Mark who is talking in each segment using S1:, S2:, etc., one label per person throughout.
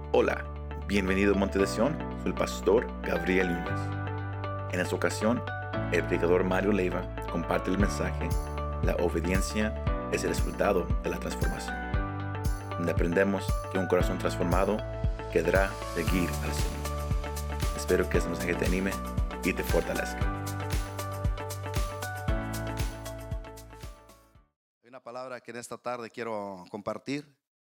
S1: Hola, bienvenido a Monte de Sion, soy el pastor Gabriel Núñez. En esta ocasión, el predicador Mario Leiva comparte el mensaje La obediencia es el resultado de la transformación, donde aprendemos que un corazón transformado quedará seguir al Señor. Espero que este mensaje te anime y te fortalezca.
S2: Hay una palabra que en esta tarde quiero compartir.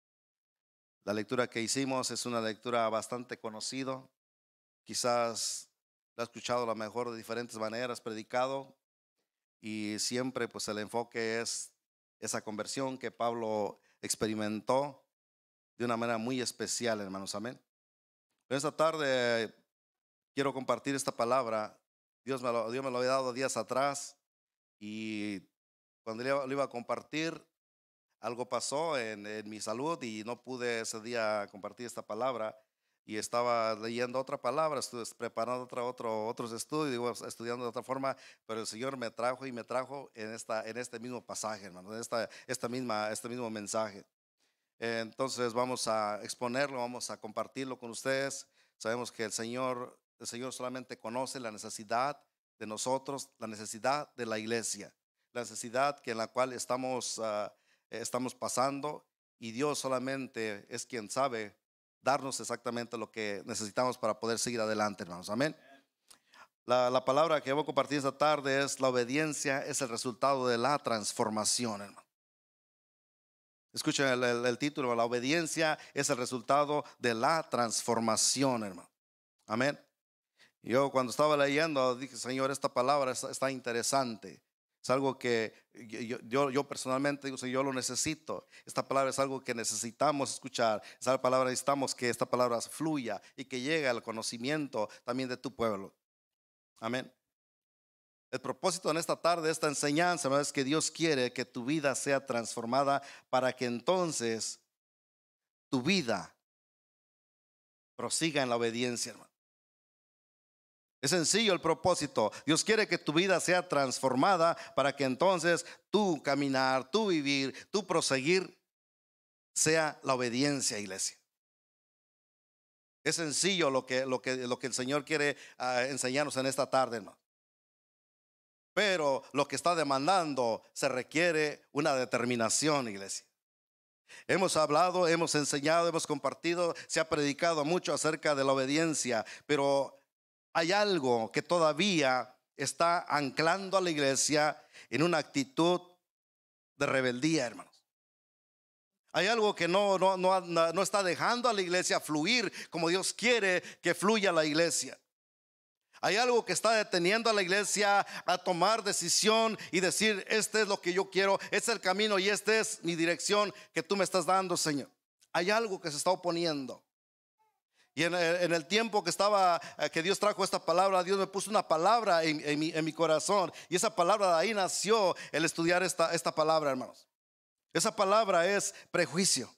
S2: La lectura que hicimos es una lectura bastante conocida. Quizás la he escuchado a lo mejor de diferentes maneras, predicado, y siempre pues el enfoque es esa conversión que Pablo experimentó de una manera muy especial, hermanos, amén. Pero esta tarde quiero compartir esta palabra. Dios me lo había dado días atrás, y cuando lo iba a compartir, algo pasó en mi salud y no pude ese día compartir esta palabra, y estaba leyendo otra palabra, preparando otros estudios, estudiando de otra forma, pero el Señor me trajo en este mismo pasaje, hermano, en este mismo mensaje. Entonces vamos a exponerlo, vamos a compartirlo con ustedes. Sabemos que el Señor solamente conoce la necesidad de nosotros, la necesidad de la iglesia, la necesidad en la cual estamos pasando, y Dios solamente es quien sabe darnos exactamente lo que necesitamos para poder seguir adelante, hermanos, amén. La palabra que voy a compartir esta tarde es: la obediencia es el resultado de la transformación, hermano. Escuchen el título: la obediencia es el resultado de la transformación, hermano, amén. Yo cuando estaba leyendo dije: Señor, esta palabra está interesante. Es algo que yo personalmente digo: yo lo necesito. Esta palabra es algo que necesitamos escuchar. Esta palabra necesitamos que esta palabra fluya y que llegue al conocimiento también de tu pueblo. Amén. El propósito en esta tarde de esta enseñanza, ¿no?, es que Dios quiere que tu vida sea transformada para que entonces tu vida prosiga en la obediencia, hermano. Es sencillo el propósito. Dios quiere que tu vida sea transformada para que entonces tu caminar, tu vivir, tu proseguir sea la obediencia, iglesia. Es sencillo lo que el Señor quiere enseñarnos en esta tarde, hermano. Pero lo que está demandando se requiere una determinación, iglesia. Hemos hablado, hemos enseñado, hemos compartido, se ha predicado mucho acerca de la obediencia, pero hay algo que todavía está anclando a la iglesia en una actitud de rebeldía, hermanos. Hay algo que no está dejando a la iglesia fluir como Dios quiere que fluya la iglesia. Hay algo que está deteniendo a la iglesia a tomar decisión y decir: este es lo que yo quiero, este es el camino y esta es mi dirección que tú me estás dando, Señor. Hay algo que se está oponiendo. Y en el tiempo que Dios trajo esta palabra, Dios me puso una palabra en mi corazón, y esa palabra, de ahí nació el estudiar esta palabra, hermanos. Esa palabra es prejuicio.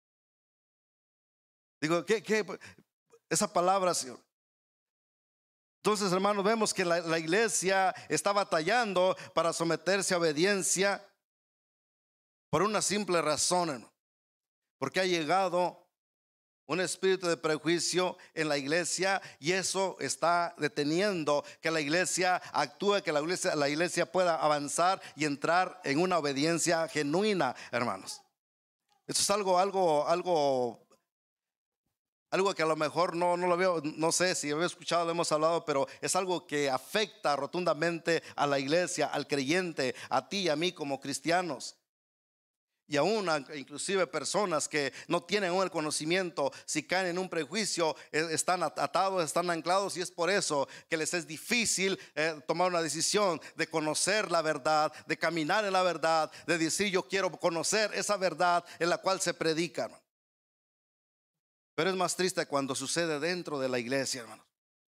S2: Digo, ¿qué? Esa palabra, Señor. Entonces, hermanos, vemos que la iglesia está batallando para someterse a obediencia por una simple razón, hermano. Porque ha llegado un espíritu de prejuicio en la iglesia, y eso está deteniendo que la iglesia actúe, que la iglesia pueda avanzar y entrar en una obediencia genuina, hermanos. Esto es algo que a lo mejor no lo veo, no sé si había escuchado, lo hemos hablado, pero es algo que afecta rotundamente a la iglesia, al creyente, a ti y a mí como cristianos. Y aún inclusive personas que no tienen aún el conocimiento, si caen en un prejuicio, están atados, están anclados, y es por eso que les es difícil tomar una decisión de conocer la verdad, de caminar en la verdad, de decir: yo quiero conocer esa verdad en la cual se predica, hermano. Pero es más triste cuando sucede dentro de la iglesia, hermano.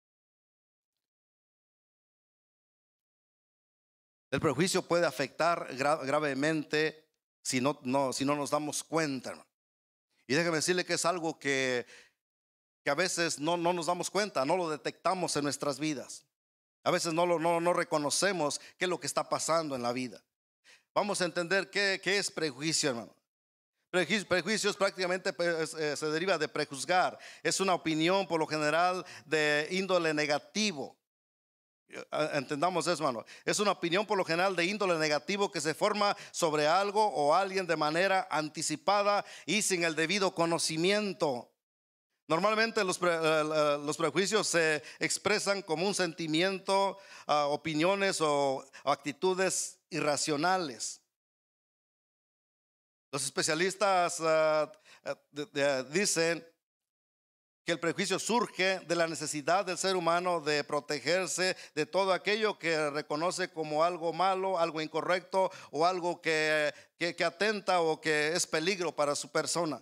S2: El prejuicio puede afectar gravemente si no nos damos cuenta, hermano. Y déjeme decirle que es algo que a veces no nos damos cuenta, no lo detectamos en nuestras vidas. A veces no reconocemos qué es lo que está pasando en la vida. Vamos a entender qué es prejuicio, hermano. Prejuicios prácticamente se deriva de prejuzgar. Es una opinión por lo general de índole negativo. Entendamos eso, hermano. Es una opinión por lo general de índole negativo que se forma sobre algo o alguien de manera anticipada y sin el debido conocimiento. Normalmente los prejuicios se expresan como un sentimiento, opiniones o actitudes irracionales. Los especialistas dicen que el prejuicio surge de la necesidad del ser humano de protegerse de todo aquello que reconoce como algo malo, algo incorrecto o algo que atenta o que es peligro para su persona.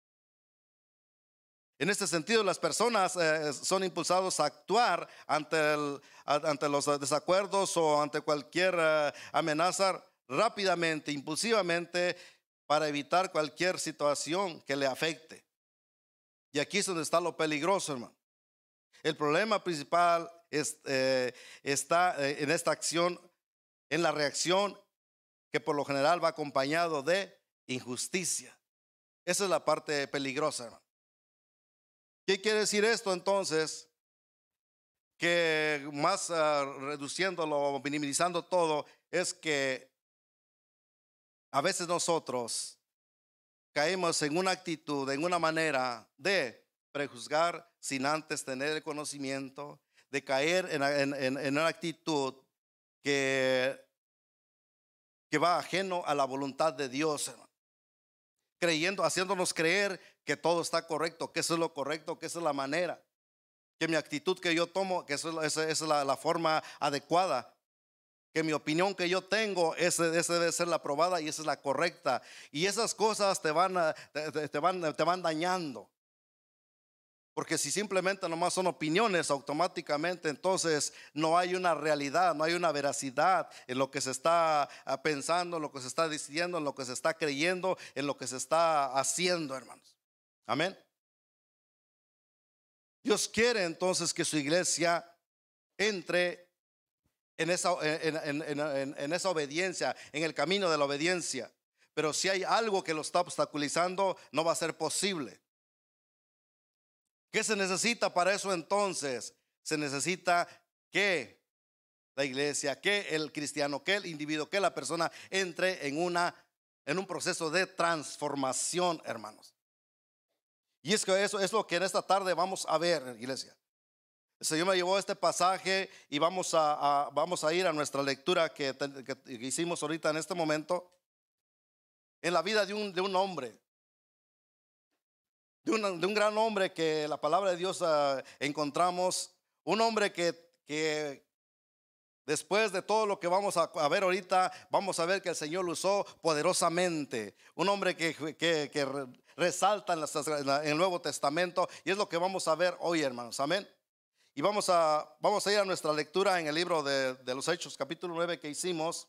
S2: En este sentido, las personas son impulsados a actuar ante los desacuerdos o ante cualquier amenaza rápidamente, impulsivamente, para evitar cualquier situación que le afecte. Y aquí es donde está lo peligroso, hermano. El problema principal está en esta acción, en la reacción que por lo general va acompañado de injusticia. Esa es la parte peligrosa, hermano. ¿Qué quiere decir esto entonces? Que más reduciéndolo, minimizando todo, es que a veces nosotros caemos en una actitud, en una manera de prejuzgar sin antes tener el conocimiento, de caer en una actitud que va ajeno a la voluntad de Dios, hermano. Creyendo, haciéndonos creer que todo está correcto, que eso es lo correcto, que esa es la manera, que mi actitud que yo tomo, que esa es la forma adecuada, que mi opinión que yo tengo, esa debe ser la aprobada y esa es la correcta. Y esas cosas te van dañando. Porque si simplemente nomás son opiniones, automáticamente entonces no hay una realidad, no hay una veracidad en lo que se está pensando, en lo que se está diciendo, en lo que se está creyendo, en lo que se está haciendo, hermanos. Amén. Dios quiere entonces que su iglesia entre en esa obediencia, en el camino de la obediencia. Pero si hay algo que lo está obstaculizando, no va a ser posible. ¿Qué se necesita para eso entonces? Se necesita que la iglesia, que el cristiano, que el individuo, que la persona entre en un proceso de transformación, hermanos. Y es que eso es lo que en esta tarde vamos a ver, iglesia. El Señor me llevó a este pasaje y vamos a ir a nuestra lectura que hicimos ahorita en este momento. En la vida de un hombre. De un gran hombre que la palabra de Dios encontramos, un hombre que después de todo lo que vamos a ver ahorita, vamos a ver que el Señor lo usó poderosamente, un hombre que resalta en el Nuevo Testamento, y es lo que vamos a ver hoy, hermanos, amén. Y vamos a ir a nuestra lectura en el libro de los Hechos, capítulo 9 que hicimos,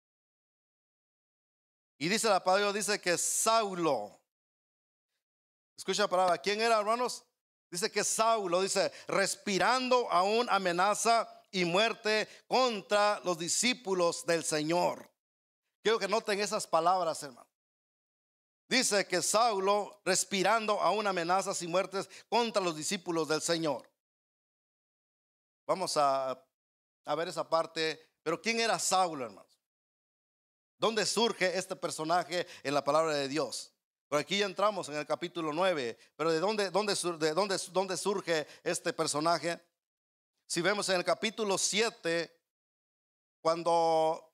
S2: y dice la palabra, dice que Saulo, escucha la palabra, ¿quién era, hermanos? Dice que Saulo, dice, respirando aún amenaza y muerte contra los discípulos del Señor. Quiero que noten esas palabras, hermano. Dice que Saulo, respirando aún amenazas y muertes contra los discípulos del Señor. Vamos a ver esa parte. Pero ¿quién era Saulo, hermanos? ¿Dónde surge este personaje en la palabra de Dios? Por aquí ya entramos en el capítulo 9, pero ¿de dónde surge este personaje? Si vemos en el capítulo 7, cuando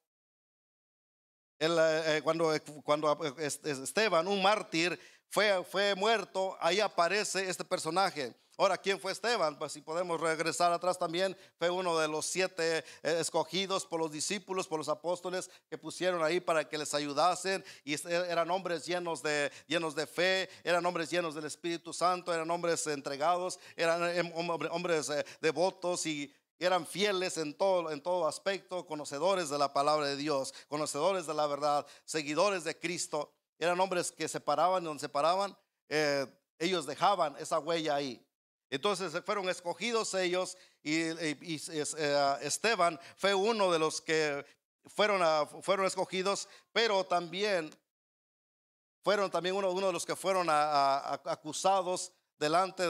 S2: Esteban, un mártir, fue muerto, ahí aparece este personaje. Ahora, ¿quién fue Esteban? Pues si podemos regresar atrás también, fue uno de los 7 escogidos por los discípulos, por los apóstoles que pusieron ahí para que les ayudasen. Y eran hombres llenos de fe, eran hombres llenos del Espíritu Santo, eran hombres entregados, eran hombres devotos y eran fieles en todo aspecto, conocedores de la palabra de Dios, conocedores de la verdad, seguidores de Cristo. Eran hombres que se paraban donde se paraban, ellos dejaban esa huella ahí. Entonces fueron escogidos ellos y Esteban fue uno de los que fueron escogidos, pero también fueron también uno de los que fueron acusados delante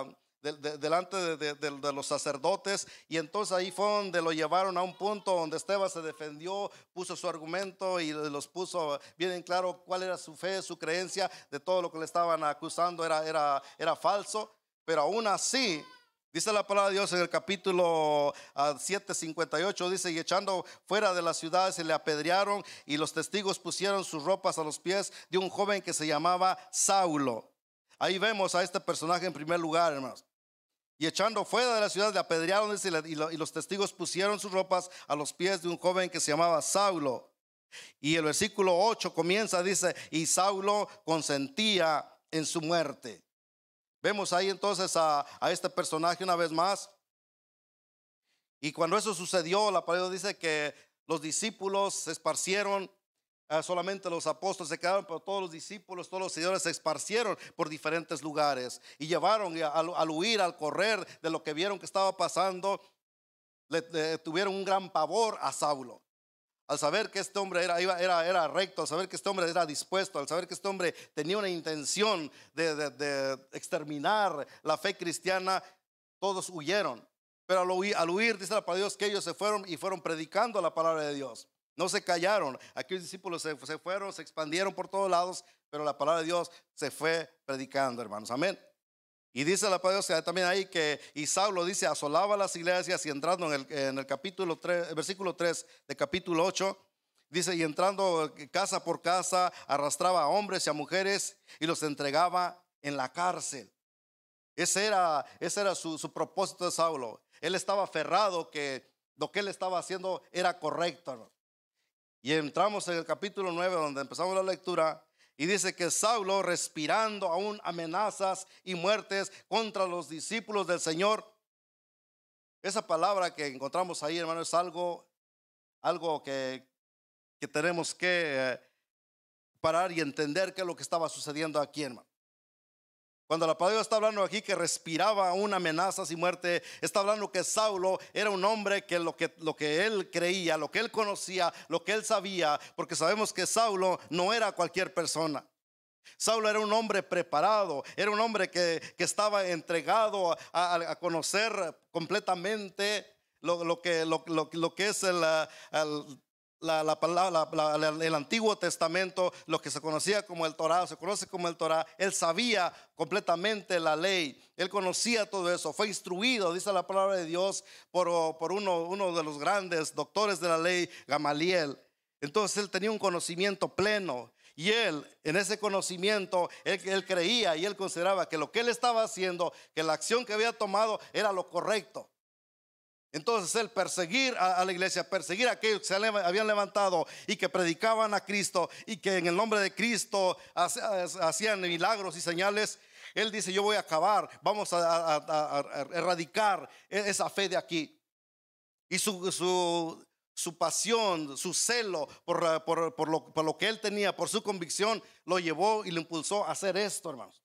S2: de los sacerdotes, y entonces ahí fue donde lo llevaron a un punto donde Esteban se defendió, puso su argumento y los puso bien en claro cuál era su fe, su creencia de todo lo que le estaban acusando era falso. Pero aún así, dice la palabra de Dios en el capítulo 7:58, dice: y echando fuera de la ciudad se le apedrearon, y los testigos pusieron sus ropas a los pies de un joven que se llamaba Saulo. Ahí vemos a este personaje en primer lugar, hermanos. Y echando fuera de la ciudad le apedrearon, dice, y los testigos pusieron sus ropas a los pies de un joven que se llamaba Saulo. Y el versículo 8 comienza, dice: y Saulo consentía en su muerte. Vemos ahí entonces a este personaje una vez más. Y cuando eso sucedió, la palabra dice que los discípulos se esparcieron. Solamente los apóstoles se quedaron, pero todos los discípulos, todos los seguidores se esparcieron por diferentes lugares y llevaron al huir, al correr de lo que vieron que estaba pasando, le tuvieron un gran pavor a Saulo. Al saber que este hombre era recto, al saber que este hombre era dispuesto, al saber que este hombre tenía una intención de exterminar la fe cristiana, todos huyeron. Pero al huir, dice la palabra de Dios, que ellos se fueron y fueron predicando la palabra de Dios. No se callaron. Aquí los discípulos se fueron, se expandieron por todos lados, pero la palabra de Dios se fue predicando, hermanos. Amén. Y dice la palabra de Dios también ahí que, y Saulo dice, asolaba las iglesias, y entrando en el capítulo 3, el versículo 3 de capítulo 8, dice: y entrando casa por casa, arrastraba a hombres y a mujeres y los entregaba en la cárcel. Ese era su propósito de Saulo. Él estaba aferrado que lo que él estaba haciendo era correcto, hermano. Y entramos en el capítulo 9, donde empezamos la lectura, y dice que Saulo, respirando aún amenazas y muertes contra los discípulos del Señor. Esa palabra que encontramos ahí, hermano, es algo que tenemos que parar y entender qué es lo que estaba sucediendo aquí, hermano. Cuando la palabra está hablando aquí que respiraba aún amenazas y muerte, está hablando que Saulo era un hombre que lo que él creía, lo que él conocía, lo que él sabía, porque sabemos que Saulo no era cualquier persona. Saulo era un hombre preparado, era un hombre que estaba entregado a conocer completamente lo que es el Antiguo Testamento, lo que se conocía como el Torá, se conoce como el Torá. Él sabía completamente la ley, él conocía todo eso, fue instruido, dice la palabra de Dios, por uno de los grandes doctores de la ley, Gamaliel. Entonces él tenía un conocimiento pleno, y él, en ese conocimiento, él creía y él consideraba que lo que él estaba haciendo, que la acción que había tomado era lo correcto. Entonces él perseguir a la iglesia, perseguir a aquellos que se habían levantado y que predicaban a Cristo y que en el nombre de Cristo hacían milagros y señales. Él dice: yo voy a acabar, vamos a erradicar esa fe de aquí. Y su pasión, su celo por lo que él tenía, por su convicción, lo llevó y lo impulsó a hacer esto, hermanos.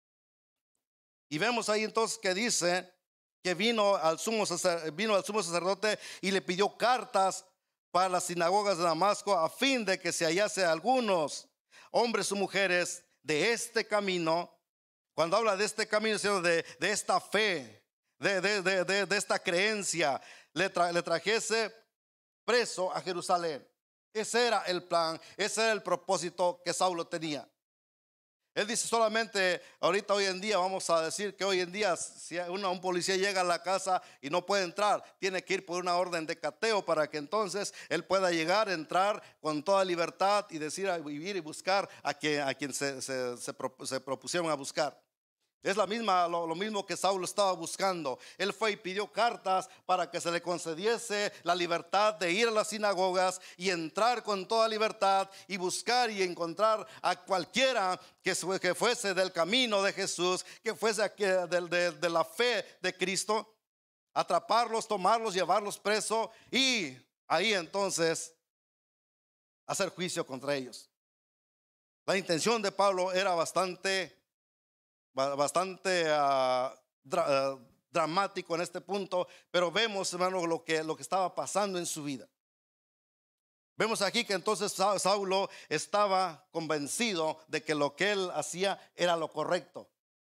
S2: Y vemos ahí entonces que dice que vino al sumo sacerdote y le pidió cartas para las sinagogas de Damasco, a fin de que se hallase algunos hombres o mujeres de este camino. Cuando habla de este camino, de esta fe, de esta creencia, le trajese preso a Jerusalén. Ese era el plan, ese era el propósito que Saulo tenía. Él dice solamente, ahorita hoy en día, vamos a decir que hoy en día, si un policía llega a la casa y no puede entrar, tiene que ir por una orden de cateo para que entonces él pueda llegar, entrar con toda libertad y decir, a vivir y buscar a quien se propusieron a buscar. Es lo mismo que Saulo estaba buscando. Él fue y pidió cartas para que se le concediese la libertad de ir a las sinagogas y entrar con toda libertad y buscar y encontrar a cualquiera que fuese del camino de Jesús, que fuese de la fe de Cristo, atraparlos, tomarlos, llevarlos presos y ahí entonces hacer juicio contra ellos. La intención de Pablo era bastante dramático en este punto, pero vemos, hermano, lo que estaba pasando en su vida. Vemos aquí que entonces Saulo estaba convencido de que lo que él hacía era lo correcto.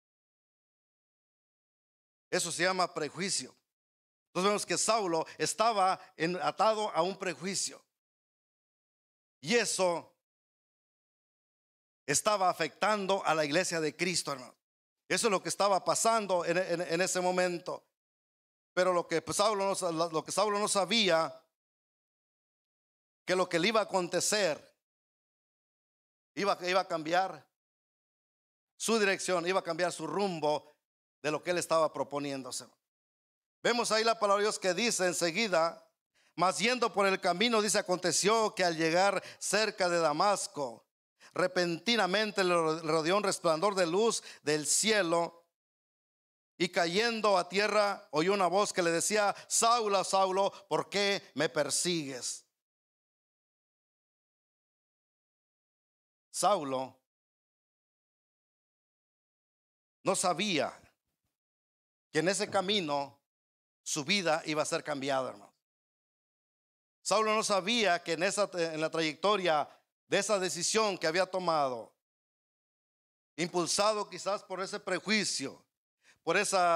S2: Eso se llama prejuicio. Entonces vemos que Saulo estaba atado a un prejuicio. Y eso estaba afectando a la iglesia de Cristo, hermano. Eso es lo que estaba pasando en ese momento. Pero lo que Saulo no sabía, que lo que le iba a acontecer iba a cambiar su dirección, iba a cambiar su rumbo de lo que él estaba proponiéndose. Vemos ahí la palabra de Dios que dice enseguida: mas yendo por el camino, dice, aconteció que al llegar cerca de Damasco, repentinamente le rodeó un resplandor de luz del cielo, y cayendo a tierra oyó una voz que le decía: Saulo, Saulo, ¿por qué me persigues? Saulo no sabía que en ese camino su vida iba a ser cambiada, hermano. Saulo no sabía que en la trayectoria de esa decisión que había tomado, impulsado quizás por ese prejuicio, por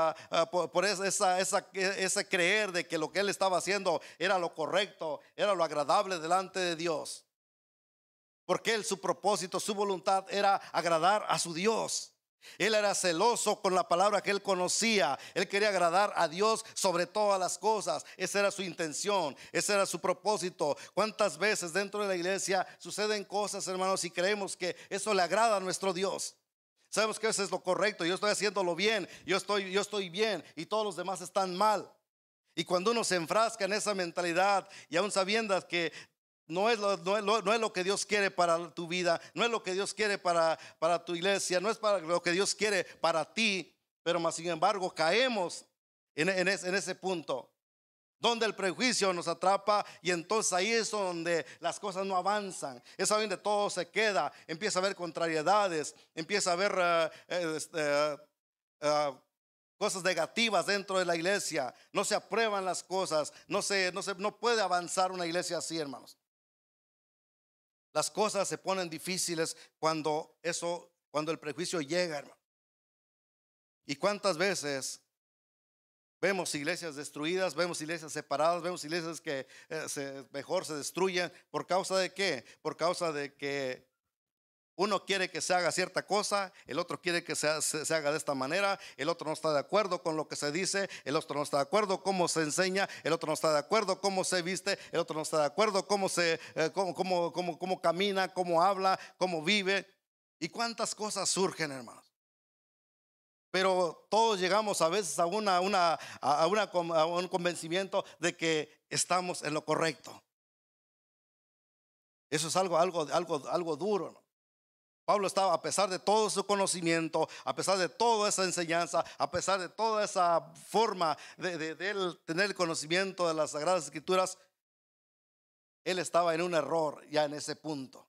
S2: ese creer de que lo que él estaba haciendo era lo correcto, era lo agradable delante de Dios, porque él, su propósito, su voluntad era agradar a su Dios. Él era celoso con la palabra que él conocía. Él quería agradar a Dios sobre todas las cosas. Esa era su intención, ese era su propósito. ¿Cuántas veces dentro de la iglesia suceden cosas, hermanos, y creemos que eso le agrada a nuestro Dios? Sabemos que eso es lo correcto, yo estoy haciéndolo bien, yo estoy bien y todos los demás están mal. Y cuando uno se enfrasca en esa mentalidad, y aún sabiendo que no es lo que Dios quiere para tu vida, no es lo que Dios quiere para tu iglesia, no es para lo que Dios quiere para ti, pero más sin embargo caemos en ese punto donde el prejuicio nos atrapa, y entonces ahí es donde las cosas no avanzan. Es ahí donde todo se queda, empieza a haber contrariedades, empieza a haber cosas negativas dentro de la iglesia. No se aprueban las cosas, no puede avanzar una iglesia así, hermanos. Las cosas se ponen difíciles cuando el prejuicio llega, hermano. Y cuántas veces vemos iglesias destruidas, vemos iglesias separadas, vemos iglesias que mejor se destruyen. ¿Por causa de qué? Por causa de que uno quiere que se haga cierta cosa, el otro quiere que se haga de esta manera, el otro no está de acuerdo con lo que se dice, el otro no está de acuerdo cómo se enseña, el otro no está de acuerdo cómo se viste, el otro no está de acuerdo cómo camina, cómo habla, cómo vive. Y cuántas cosas surgen, hermanos. Pero todos llegamos a veces a un convencimiento de que estamos en lo correcto. Eso es algo duro, ¿no? Pablo estaba, a pesar de todo su conocimiento, a pesar de toda esa enseñanza, a pesar de toda esa forma de él tener el conocimiento de las Sagradas Escrituras, él estaba en un error ya en ese punto.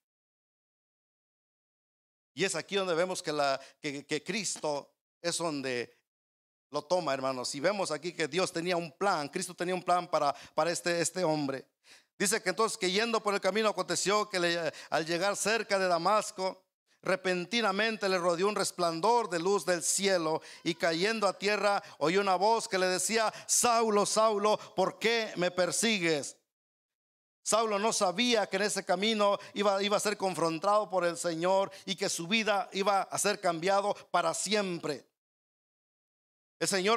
S2: Y es aquí donde vemos que Cristo es donde lo toma, hermanos. Y vemos aquí que Dios tenía un plan, Cristo tenía un plan para este hombre. Dice que entonces, que yendo por el camino, aconteció que al llegar cerca de Damasco, repentinamente le rodeó un resplandor de luz del cielo, y cayendo a tierra oyó una voz que le decía: Saulo, Saulo, ¿por qué me persigues? Saulo no sabía que en ese camino iba a ser confrontado por el Señor, y que su vida iba a ser cambiado para siempre. El Señor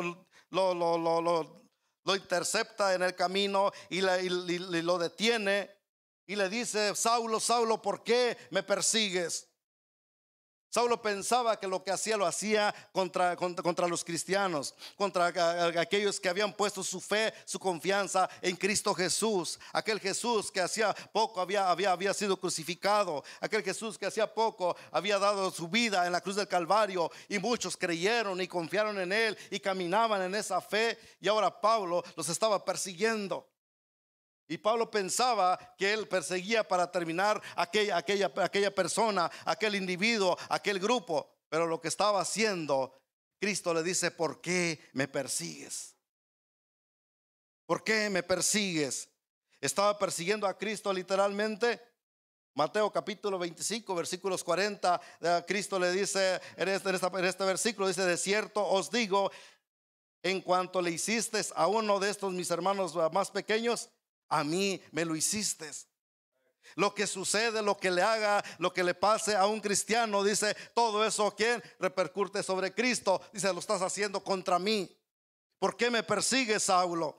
S2: lo intercepta en el camino y lo detiene y le dice: Saulo, Saulo, ¿por qué me persigues? Saulo pensaba que lo que hacía lo hacía contra los cristianos, contra aquellos que habían puesto su fe, su confianza en Cristo Jesús. Aquel Jesús que hacía poco había sido crucificado, aquel Jesús que hacía poco había dado su vida en la cruz del Calvario, y muchos creyeron y confiaron en él y caminaban en esa fe. Y ahora Pablo los estaba persiguiendo. Y Pablo pensaba que él perseguía para terminar aquella persona, aquel individuo, aquel grupo. Pero lo que estaba haciendo, Cristo le dice: ¿por qué me persigues? ¿Por qué me persigues? Estaba persiguiendo a Cristo literalmente. Mateo capítulo 25, versículos 40, Cristo le dice en este versículo, dice: de cierto os digo, en cuanto le hiciste a uno de estos mis hermanos más pequeños, a mí me lo hiciste. Lo que sucede, lo que le haga, lo que le pase a un cristiano, dice, todo eso, ¿quién? Repercute sobre Cristo. Dice, lo estás haciendo contra mí. ¿Por qué me persigues, Saulo?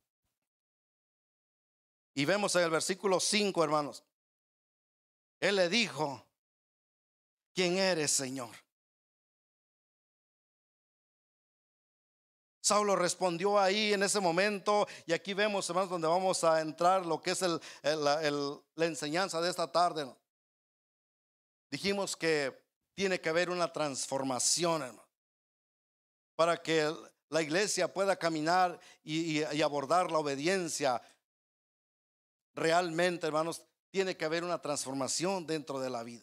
S2: Y vemos en el versículo 5, hermanos. Él le dijo: ¿quién eres, Señor? Saulo respondió ahí en ese momento, y aquí vemos, hermanos, donde vamos a entrar lo que es la enseñanza de esta tarde. Dijimos que tiene que haber una transformación, hermano, para que la iglesia pueda caminar y abordar la obediencia. Realmente, hermanos, tiene que haber una transformación dentro de la vida.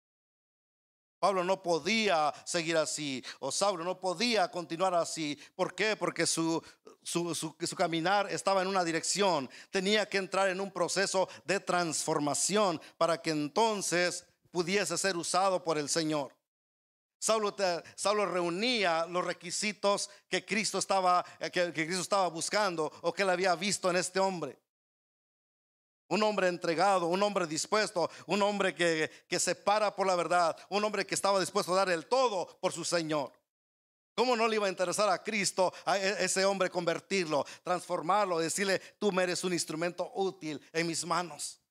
S2: Pablo no podía seguir así, o Saulo no podía continuar así. ¿Por qué? Porque su caminar estaba en una dirección. Tenía que entrar en un proceso de transformación para que entonces pudiese ser usado por el Señor. Saulo reunía los requisitos que Cristo estaba buscando, o que él había visto en este hombre. Un hombre entregado, un hombre dispuesto, un hombre que se para por la verdad, un hombre que estaba dispuesto a dar el todo por su Señor. ¿Cómo no le iba a interesar a Cristo, a ese hombre, convertirlo, transformarlo, decirle: tú me eres un instrumento útil en mis manos?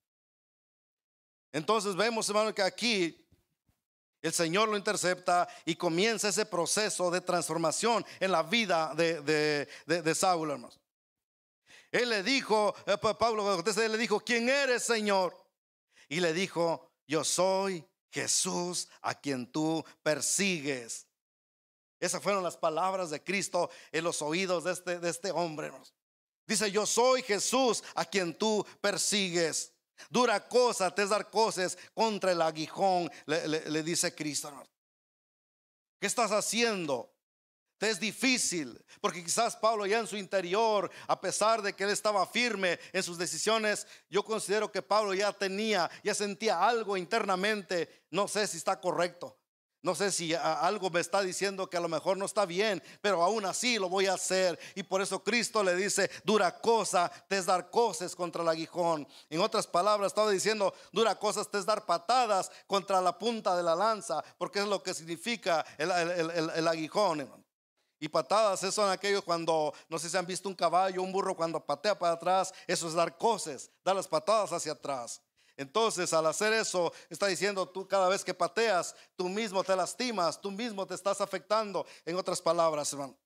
S2: Entonces vemos, hermano, que aquí el Señor lo intercepta y comienza ese proceso de transformación en la vida de Saulo, hermanos. Él le dijo, Pablo le dijo: ¿quién eres, Señor? Y le dijo: yo soy Jesús a quien tú persigues. Esas fueron las palabras de Cristo en los oídos de este hombre, hermanos. Dice: yo soy Jesús a quien tú persigues. Dura cosa te es dar cosas contra el aguijón, le dice Cristo, hermanos. ¿Qué estás haciendo? Te es difícil, porque quizás Pablo ya en su interior, a pesar de que él estaba firme en sus decisiones, yo considero que Pablo ya sentía algo internamente. No sé si está correcto, no sé si algo me está diciendo que a lo mejor no está bien, pero aún así lo voy a hacer. Y por eso Cristo le dice: dura cosa te es dar coces contra el aguijón. En otras palabras, estaba diciendo: dura cosas te es dar patadas contra la punta de la lanza, porque es lo que significa el aguijón, hermano. Y patadas, esos son aquellos cuando, no sé si han visto un caballo, un burro, cuando patea para atrás, eso es dar coces, dar las patadas hacia atrás. Entonces, al hacer eso, está diciendo: tú cada vez que pateas, tú mismo te lastimas, tú mismo te estás afectando. En otras palabras, hermano.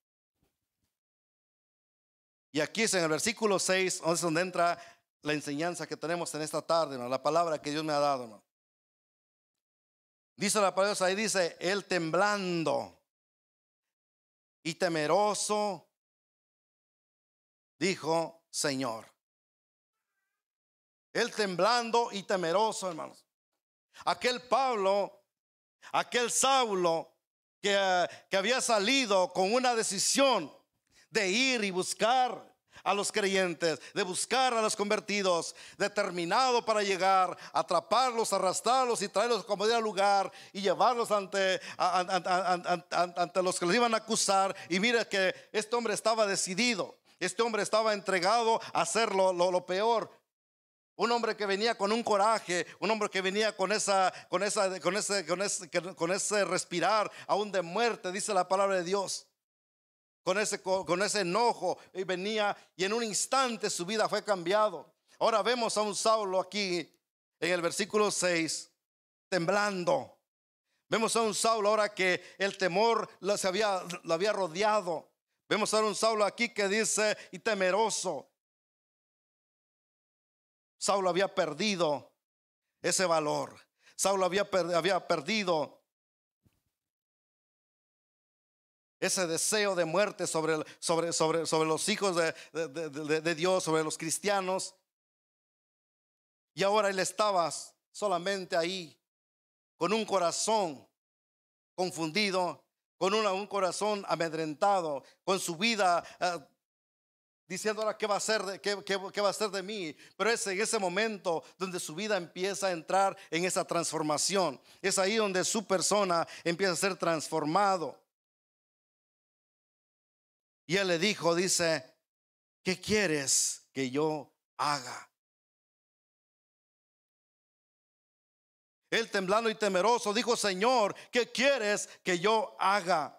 S2: Y aquí es en el versículo 6, es donde entra la enseñanza que tenemos en esta tarde, hermano, la palabra que Dios me ha dado, hermano. Dice la palabra ahí, dice: él temblando y temeroso dijo: Señor. Él temblando y temeroso, hermanos. Aquel Saulo que había salido con una decisión de ir y buscar a los creyentes, de buscar a los convertidos, determinado para llegar, atraparlos, arrastrarlos y traerlos como de lugar y llevarlos ante los que los iban a acusar. Y mira que este hombre estaba decidido, este hombre estaba entregado a hacer lo peor. Un hombre que venía con un coraje, un hombre que venía con ese respirar aún de muerte, dice la palabra de Dios. Con ese enojo, y venía, y en un instante su vida fue cambiado. Ahora vemos a un Saulo aquí en el versículo 6, temblando. Vemos a un Saulo ahora que el temor lo había rodeado. Vemos a un Saulo aquí que dice: y temeroso. Saulo había perdido ese valor. Saulo había perdido ese deseo de muerte sobre los hijos de Dios, sobre los cristianos. Y ahora él estaba solamente ahí, con un corazón confundido, con un corazón amedrentado, con su vida diciendo ahora qué va a hacer qué va a hacer de mí. Pero es en ese momento donde su vida empieza a entrar en esa transformación. Es ahí donde su persona empieza a ser transformado. Y él le dijo, dice, ¿qué quieres que yo haga? Él, temblando y temeroso, dijo, Señor, ¿qué quieres que yo haga?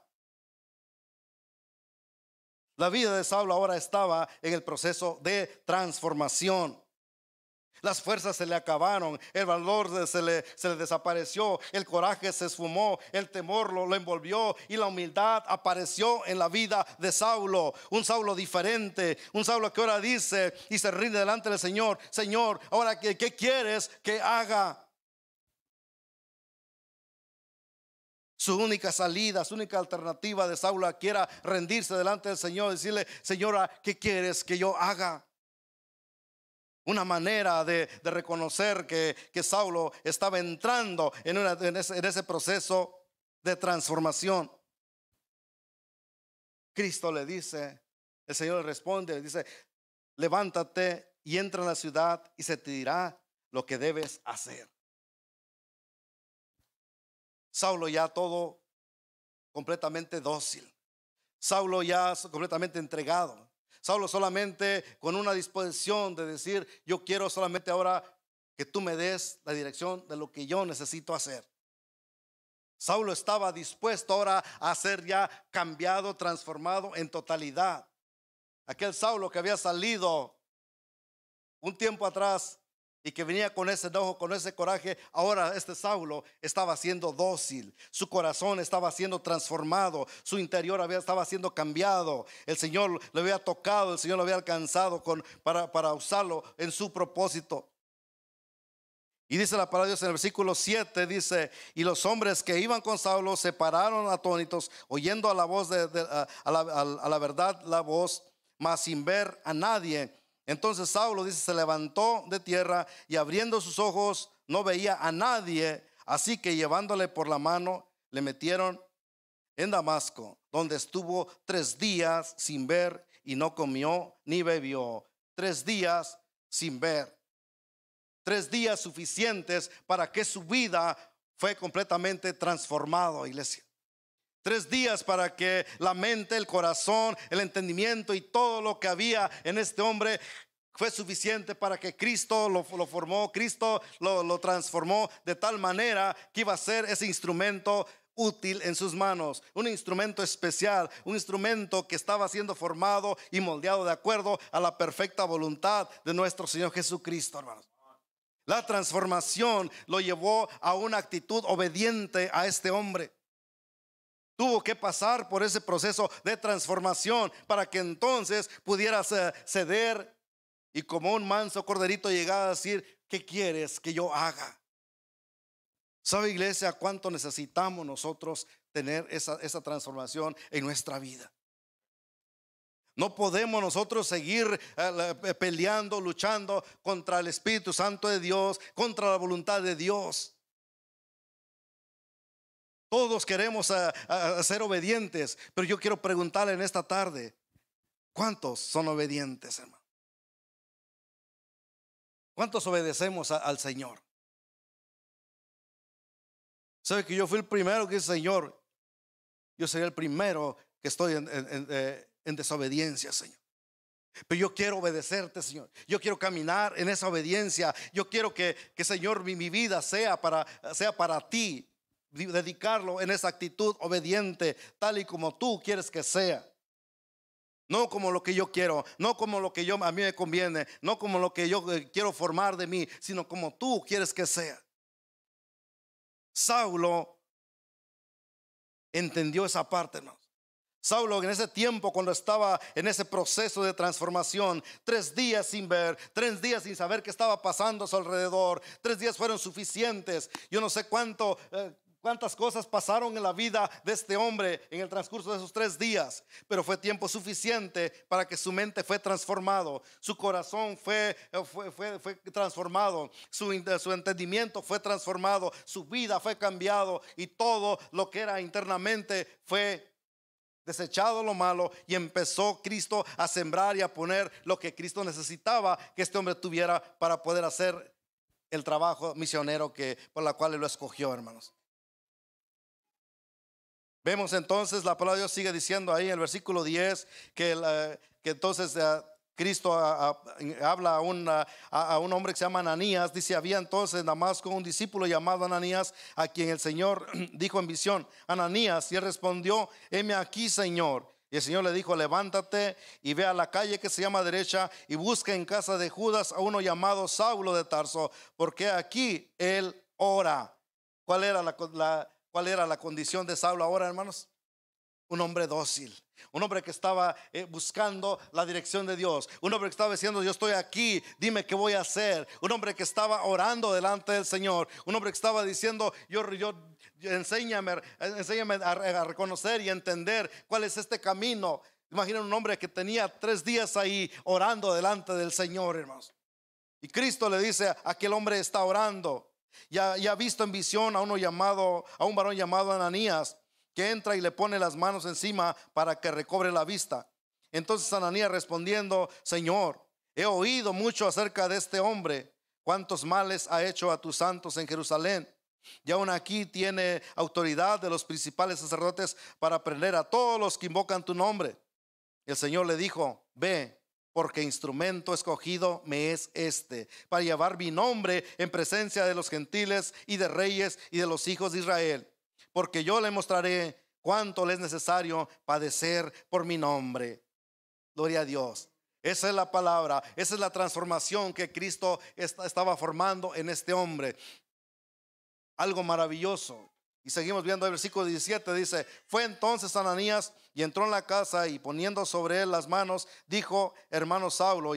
S2: La vida de Saulo ahora estaba en el proceso de transformación. Las fuerzas se le acabaron, el valor se le desapareció, el coraje se esfumó, el temor lo envolvió y la humildad apareció en la vida de Saulo. Un Saulo diferente, un Saulo que ahora dice y se rinde delante del Señor, Señor, ahora ¿qué quieres que haga? Su única salida, su única alternativa de Saulo aquí era rendirse delante del Señor, decirle, Señora, ¿qué quieres que yo haga? Una manera de reconocer que Saulo estaba entrando en ese proceso de transformación. Cristo le dice, el Señor le responde, le dice, levántate y entra en la ciudad y se te dirá lo que debes hacer. Saulo ya todo completamente dócil. Saulo ya completamente entregado. Saulo solamente con una disposición de decir, yo quiero solamente ahora que tú me des la dirección de lo que yo necesito hacer. Saulo estaba dispuesto ahora a ser ya cambiado, transformado en totalidad. Aquel Saulo que había salido un tiempo atrás y que venía con ese enojo, con ese coraje, ahora este Saulo estaba siendo dócil, su corazón estaba siendo transformado, su interior estaba siendo cambiado. El Señor le había tocado, el Señor lo había alcanzado para usarlo en su propósito. Y dice la palabra de Dios en el versículo 7, dice, y los hombres que iban con Saulo se pararon atónitos, oyendo a la voz a la verdad la voz, mas sin ver a nadie. Entonces Saulo, dice, se levantó de tierra y abriendo sus ojos no veía a nadie. Así que llevándole por la mano le metieron en Damasco, donde estuvo 3 días sin ver y no comió ni bebió. 3 días sin ver. 3 días suficientes para que su vida fue completamente transformado, iglesia. 3 días para que la mente, el corazón, el entendimiento y todo lo que había en este hombre fue suficiente para que Cristo lo formó, Cristo lo transformó de tal manera que iba a ser ese instrumento útil en sus manos, un instrumento especial, un instrumento que estaba siendo formado y moldeado de acuerdo a la perfecta voluntad de nuestro Señor Jesucristo, hermanos. La transformación lo llevó a una actitud obediente a este hombre. Tuvo que pasar por ese proceso de transformación para que entonces pudiera ceder y como un manso corderito llegar a decir, ¿qué quieres que yo haga? ¿Sabe, iglesia, cuánto necesitamos nosotros tener esa transformación en nuestra vida? No podemos nosotros seguir peleando, luchando contra el Espíritu Santo de Dios, contra la voluntad de Dios. Todos queremos ser obedientes, pero yo quiero preguntarle en esta tarde, ¿cuántos son obedientes, hermano? ¿Cuántos obedecemos al Señor? ¿Sabe que yo fui el primero que dice, Señor, yo seré el primero que estoy en desobediencia, Señor? Pero yo quiero obedecerte, Señor. Yo quiero caminar en esa obediencia. Yo quiero que Señor, mi vida sea para ti. Dedicarlo en esa actitud obediente, tal y como tú quieres que sea. No como lo que yo quiero, no como lo que a mí me conviene, no como lo que yo quiero formar de mí, sino como tú quieres que sea. Saulo entendió esa parte, ¿no? Saulo en ese tiempo, cuando estaba en ese proceso de transformación, 3 días sin ver, 3 días sin saber qué estaba pasando a su alrededor, 3 días fueron suficientes. Yo no sé cuántas cosas pasaron en la vida de este hombre en el transcurso de esos 3 días, pero fue tiempo suficiente para que su mente fue transformado, su corazón fue transformado, su entendimiento fue transformado, su vida fue cambiado y todo lo que era internamente fue desechado lo malo, y empezó Cristo a sembrar y a poner lo que Cristo necesitaba que este hombre tuviera para poder hacer el trabajo misionero por la cual él lo escogió, hermanos. Vemos entonces, la palabra de Dios sigue diciendo ahí en el versículo 10 que entonces Cristo habla a un hombre que se llama Ananías. Dice: había entonces en Damasco un discípulo llamado Ananías, a quien el Señor dijo en visión: Ananías. Y él respondió: heme aquí, Señor. Y el Señor le dijo: levántate y ve a la calle que se llama Derecha y busca en casa de Judas a uno llamado Saulo de Tarso, porque aquí él ora. ¿Cuál era la condición de Saulo ahora, hermanos? Un hombre dócil, un hombre que estaba buscando la dirección de Dios, un hombre que estaba diciendo: yo estoy aquí, dime qué voy a hacer. Un hombre que estaba orando delante del Señor, un hombre que estaba diciendo: enséñame a reconocer y entender cuál es este camino. Imagina un hombre que tenía 3 días ahí orando delante del Señor, hermanos. Y Cristo le dice: aquel hombre está orando. Ya ha visto en visión a un varón llamado Ananías, que entra y le pone las manos encima para que recobre la vista. Entonces Ananías respondiendo: Señor, he oído mucho acerca de este hombre, cuántos males ha hecho a tus santos en Jerusalén, y aún aquí tiene autoridad de los principales sacerdotes para prender a todos los que invocan tu nombre. El Señor le dijo: ve, porque instrumento escogido me es este, para llevar mi nombre en presencia de los gentiles y de reyes y de los hijos de Israel, porque yo le mostraré cuánto le es necesario padecer por mi nombre. Gloria a Dios. Esa es la palabra, esa es la transformación que Cristo estaba formando en este hombre. Algo maravilloso. Y seguimos viendo el versículo 17, dice: fue entonces Ananías y entró en la casa, y poniendo sobre él las manos, dijo: hermano Saulo,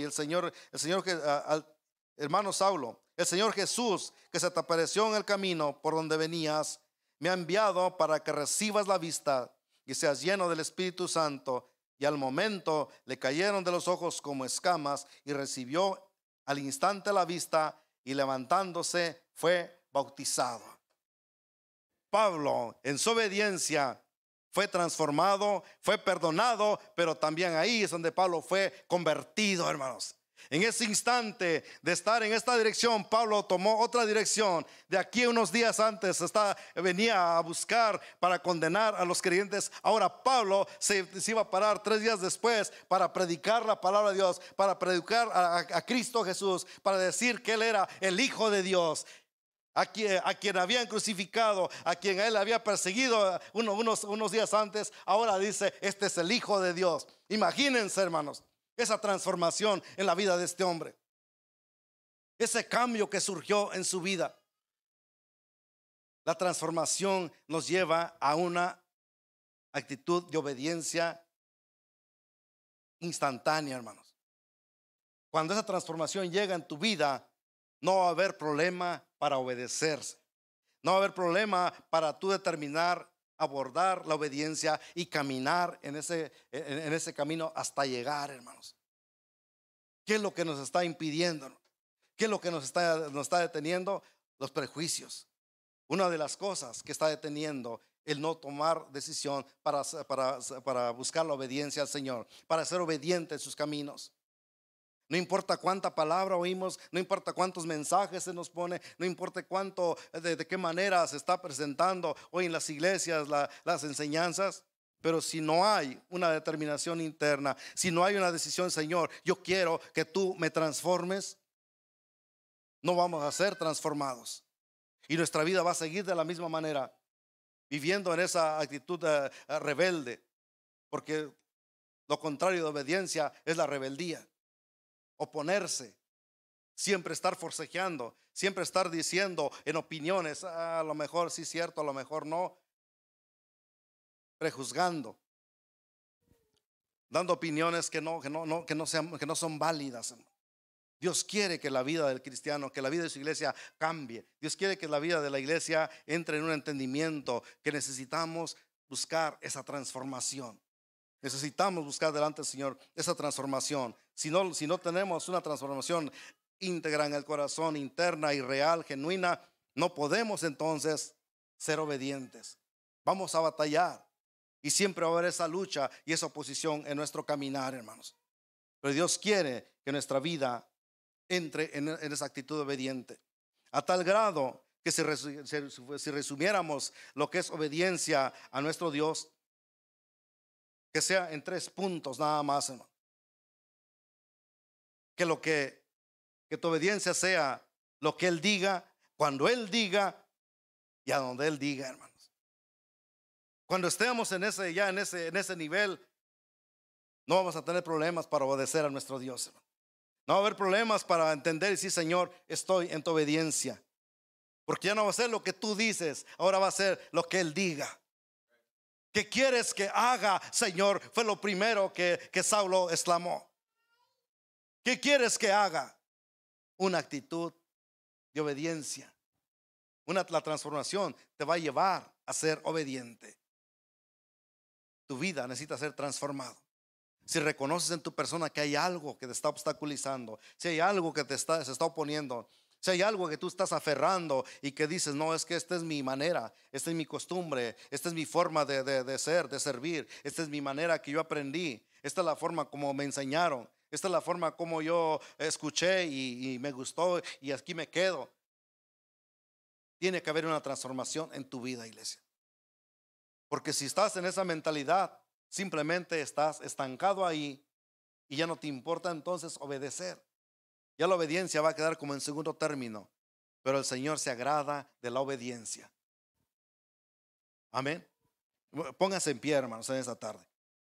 S2: hermano Saulo, el Señor Jesús, que se te apareció en el camino por donde venías, me ha enviado para que recibas la vista y seas lleno del Espíritu Santo. Y al momento le cayeron de los ojos como escamas, y recibió al instante la vista, y levantándose fue bautizado. Pablo, en su obediencia, fue transformado, fue perdonado, pero también ahí es donde Pablo fue convertido, hermanos. En ese instante de estar en esta dirección, Pablo tomó otra dirección. De aquí unos días antes venía a buscar para condenar a los creyentes. Ahora Pablo se iba a parar 3 días después para predicar la palabra de Dios, para predicar a Cristo Jesús, para decir que él era el Hijo de Dios. A quien habían crucificado, a quien él había perseguido unos días antes, ahora dice: este es el Hijo de Dios. Imagínense, hermanos, esa transformación en la vida de este hombre, ese cambio que surgió en su vida. La transformación nos lleva a una actitud de obediencia instantánea, hermanos. Cuando esa transformación llega en tu vida, no va a haber problema para obedecerse. No va a haber problema para tú determinar, abordar la obediencia y caminar en ese camino hasta llegar, hermanos. ¿Qué es lo que nos está impidiendo? ¿Qué es lo que nos está deteniendo? Los prejuicios. Una de las cosas que está deteniendo el no tomar decisión para buscar la obediencia al Señor, para ser obediente en sus caminos. No importa cuánta palabra oímos, no importa cuántos mensajes se nos pone, no importa de qué manera se está presentando hoy en las iglesias las enseñanzas, pero si no hay una determinación interna, si no hay una decisión: Señor, yo quiero que tú me transformes, no vamos a ser transformados. Y nuestra vida va a seguir de la misma manera, viviendo en esa actitud rebelde, porque lo contrario de obediencia es la rebeldía. Oponerse, siempre estar forcejeando, siempre estar diciendo en opiniones: a lo mejor sí es cierto, a lo mejor no, prejuzgando, dando opiniones que no son válidas. Dios quiere que la vida del cristiano, que la vida de su iglesia cambie. Dios quiere que la vida de la iglesia entre en un entendimiento que necesitamos buscar esa transformación. Necesitamos buscar delante del Señor esa transformación. Si no tenemos una transformación íntegra en el corazón, interna y real, genuina, no podemos entonces ser obedientes. Vamos a batallar. Y siempre va a haber esa lucha y esa oposición en nuestro caminar, hermanos. Pero Dios quiere que nuestra vida entre en esa actitud obediente. A tal grado que si resumiéramos lo que es obediencia a nuestro Dios, que sea en 3 puntos nada más, hermano. Que tu obediencia sea lo que Él diga, cuando Él diga y a donde Él diga, hermanos. Cuando estemos en ese nivel, no vamos a tener problemas para obedecer a nuestro Dios, hermano. No va a haber problemas para entender y decir, Señor, estoy en tu obediencia. Porque ya no va a ser lo que tú dices, ahora va a ser lo que Él diga. ¿Qué quieres que haga, Señor? Fue lo primero que Saulo exclamó. ¿Qué quieres que haga? Una actitud de obediencia. La transformación te va a llevar a ser obediente. Tu vida necesita ser transformado. Si reconoces en tu persona que hay algo que te está obstaculizando, si hay algo que se está oponiendo, si hay algo que tú estás aferrando y que dices, no, es que esta es mi manera, esta es mi costumbre, esta es mi forma de ser, de servir, esta es mi manera que yo aprendí, esta es la forma como me enseñaron, esta es la forma como yo escuché y me gustó y aquí me quedo. Tiene que haber una transformación en tu vida, iglesia. Porque si estás en esa mentalidad, simplemente estás estancado ahí y ya no te importa entonces obedecer. Ya la obediencia va a quedar como en segundo término, pero el Señor se agrada de la obediencia. Amén. Pónganse en pie, hermanos, en esta tarde.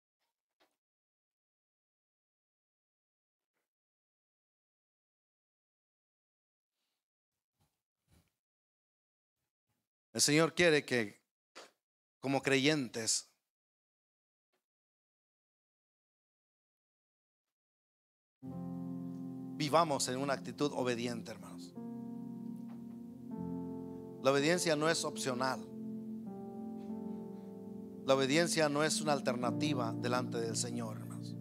S2: El Señor quiere que como creyentes vivamos en una actitud obediente, hermanos. La obediencia no es opcional. La obediencia no es una alternativa delante del Señor, hermanos.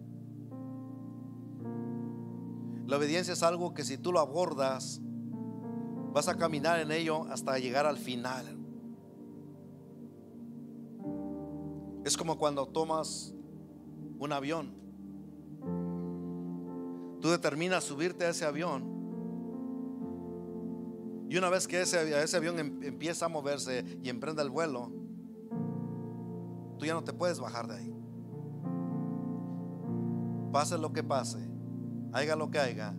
S2: La obediencia es algo que si tú lo abordas, vas a caminar en ello hasta llegar al final. Es como cuando tomas un avión. Tú determinas subirte a ese avión, y una vez que ese avión empieza a moverse y emprenda el vuelo, tú ya no te puedes bajar de ahí. Pase lo que pase, haya lo que haya,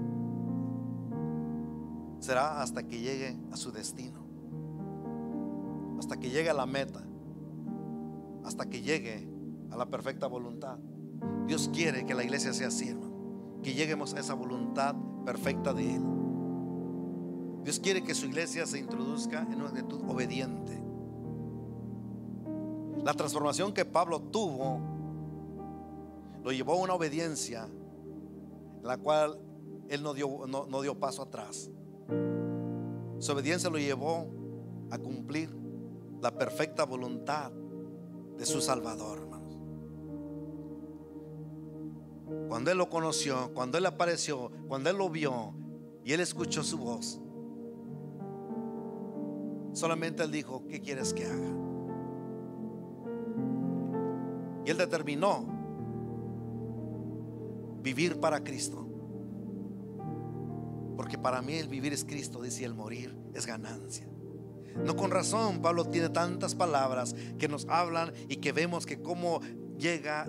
S2: será hasta que llegue a su destino, hasta que llegue a la meta, hasta que llegue a la perfecta voluntad. Dios quiere que la iglesia sea así, hermano, que lleguemos a esa voluntad perfecta de Él. Dios quiere que su iglesia se introduzca en una actitud obediente. La transformación que Pablo tuvo lo llevó a una obediencia en la cual él no dio paso atrás. Su obediencia lo llevó a cumplir la perfecta voluntad de su Salvador, hermanos. Cuando él lo conoció, cuando él apareció, cuando él lo vio y él escuchó su voz, solamente él dijo, ¿qué quieres que haga? Y él determinó vivir para Cristo, porque para mí el vivir es Cristo, dice, y el morir es ganancia. No con razón Pablo tiene tantas palabras que nos hablan y que vemos que cómo llega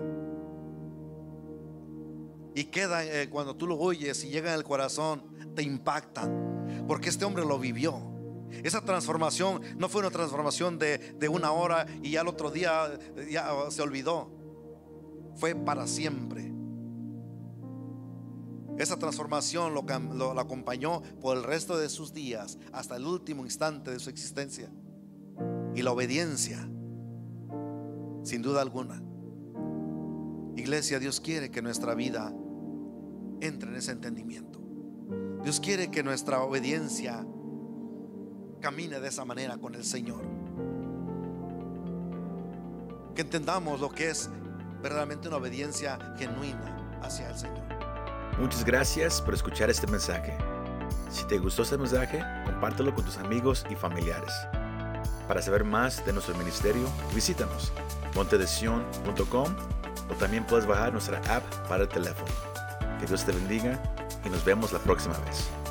S2: y queda cuando tú lo oyes y llega en el corazón, te impactan, porque este hombre lo vivió. Esa transformación no fue una transformación de una hora y ya el otro día ya se olvidó. Fue para siempre. Esa transformación lo acompañó por el resto de sus días hasta el último instante de su existencia. Y la obediencia, sin duda alguna. Iglesia, Dios quiere que nuestra vida entre en ese entendimiento. Dios quiere que nuestra obediencia camine de esa manera con el Señor. Que entendamos lo que es verdaderamente una obediencia genuina hacia el Señor.
S1: Muchas gracias por escuchar este mensaje. Si te gustó este mensaje, compártelo con tus amigos y familiares. Para saber más de nuestro ministerio, visítanos montedesion.com o también puedes bajar nuestra app para el teléfono. Que Dios te bendiga y nos vemos la próxima vez.